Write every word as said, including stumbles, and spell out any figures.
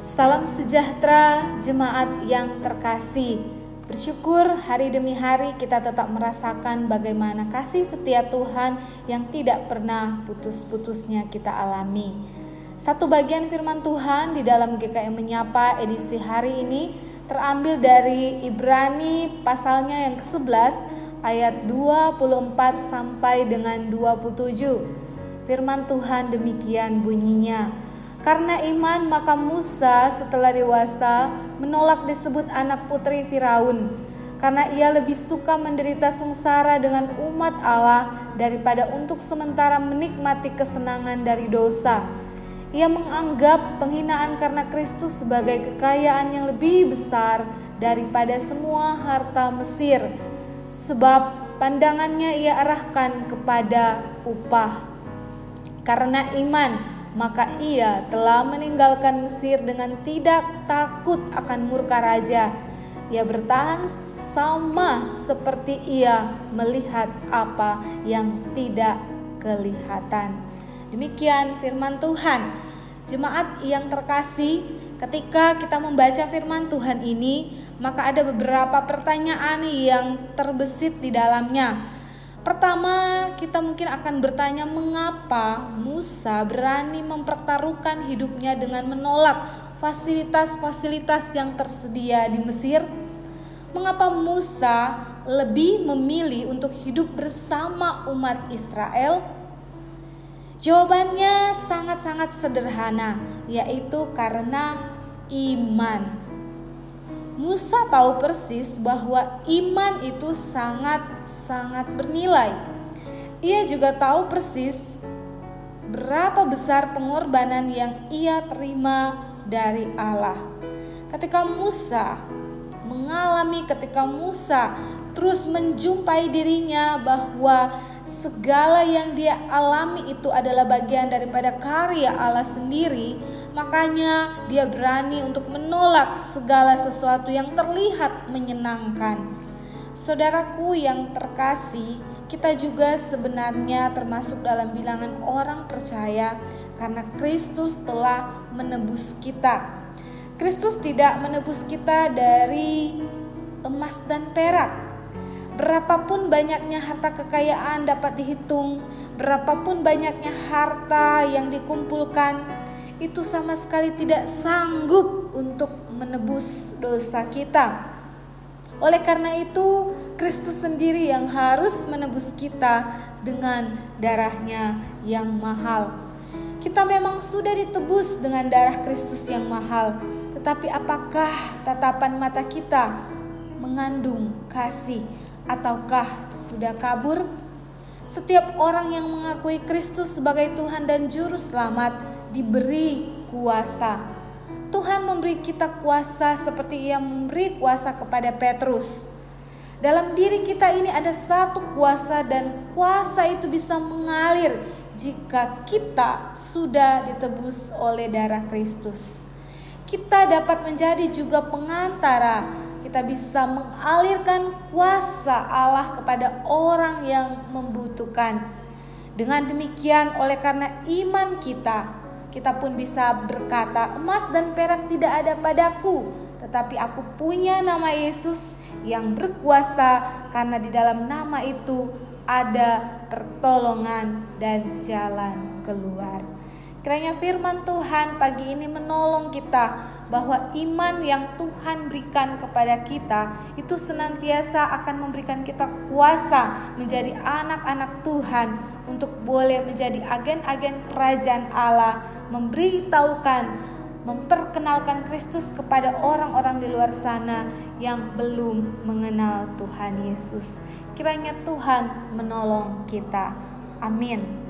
Salam sejahtera jemaat yang terkasih. Bersyukur hari demi hari kita tetap merasakan bagaimana kasih setia Tuhan yang tidak pernah putus-putusnya kita alami. Satu bagian firman Tuhan di dalam G K M Menyapa edisi hari ini terambil dari Ibrani pasalnya yang kesebelas ayat dua puluh empat sampai dengan dua puluh tujuh. Firman Tuhan demikian bunyinya. Karena iman maka Musa setelah dewasa menolak disebut anak putri Firaun, karena ia lebih suka menderita sengsara dengan umat Allah daripada untuk sementara menikmati kesenangan dari dosa. Ia menganggap penghinaan karena Kristus sebagai kekayaan yang lebih besar daripada semua harta Mesir, sebab pandangannya ia arahkan kepada upah. Karena iman maka ia telah meninggalkan Mesir dengan tidak takut akan murka raja. Ia bertahan sama seperti ia melihat apa yang tidak kelihatan. Demikian firman Tuhan. Jemaat yang terkasih, ketika kita membaca firman Tuhan ini, maka ada beberapa pertanyaan yang terbesit di dalamnya. Pertama, kita mungkin akan bertanya mengapa Musa berani mempertaruhkan hidupnya dengan menolak fasilitas-fasilitas yang tersedia di Mesir? Mengapa Musa lebih memilih untuk hidup bersama umat Israel? Jawabannya sangat-sangat sederhana, yaitu karena iman. Musa tahu persis bahwa iman itu sangat-sangat bernilai. Ia juga tahu persis berapa besar pengorbanan yang ia terima dari Allah. Ketika Musa mengalami, ketika Musa terus menjumpai dirinya bahwa segala yang dia alami itu adalah bagian daripada karya Allah sendiri, makanya dia berani untuk menolak segala sesuatu yang terlihat menyenangkan. Saudaraku yang terkasih, kita juga sebenarnya termasuk dalam bilangan orang percaya karena Kristus telah menebus kita. Kristus tidak menebus kita dari emas dan perak. Berapapun banyaknya harta kekayaan dapat dihitung, berapapun banyaknya harta yang dikumpulkan, itu sama sekali tidak sanggup untuk menebus dosa kita. Oleh karena itu, Kristus sendiri yang harus menebus kita dengan darahnya yang mahal. Kita memang sudah ditebus dengan darah Kristus yang mahal, tetapi apakah tatapan mata kita mengandung kasih ataukah sudah kabur? Setiap orang yang mengakui Kristus sebagai Tuhan dan Juru Selamat diberi kuasa. Tuhan memberi kita kuasa seperti Ia memberi kuasa kepada Petrus. Dalam diri kita ini ada satu kuasa, dan kuasa itu bisa mengalir jika kita sudah ditebus oleh darah Kristus. Kita dapat menjadi juga pengantara. Kita bisa mengalirkan kuasa Allah kepada orang yang membutuhkan. Dengan demikian, oleh karena iman kita, kita pun bisa berkata, emas dan perak tidak ada padaku, tetapi aku punya nama Yesus yang berkuasa, karena di dalam nama itu ada pertolongan dan jalan keluar. Kiranya firman Tuhan pagi ini menolong kita bahwa iman yang Tuhan berikan kepada kita itu senantiasa akan memberikan kita kuasa menjadi anak-anak Tuhan untuk boleh menjadi agen-agen kerajaan Allah, memberitahukan, memperkenalkan Kristus kepada orang-orang di luar sana yang belum mengenal Tuhan Yesus. Kiranya Tuhan menolong kita. Amin.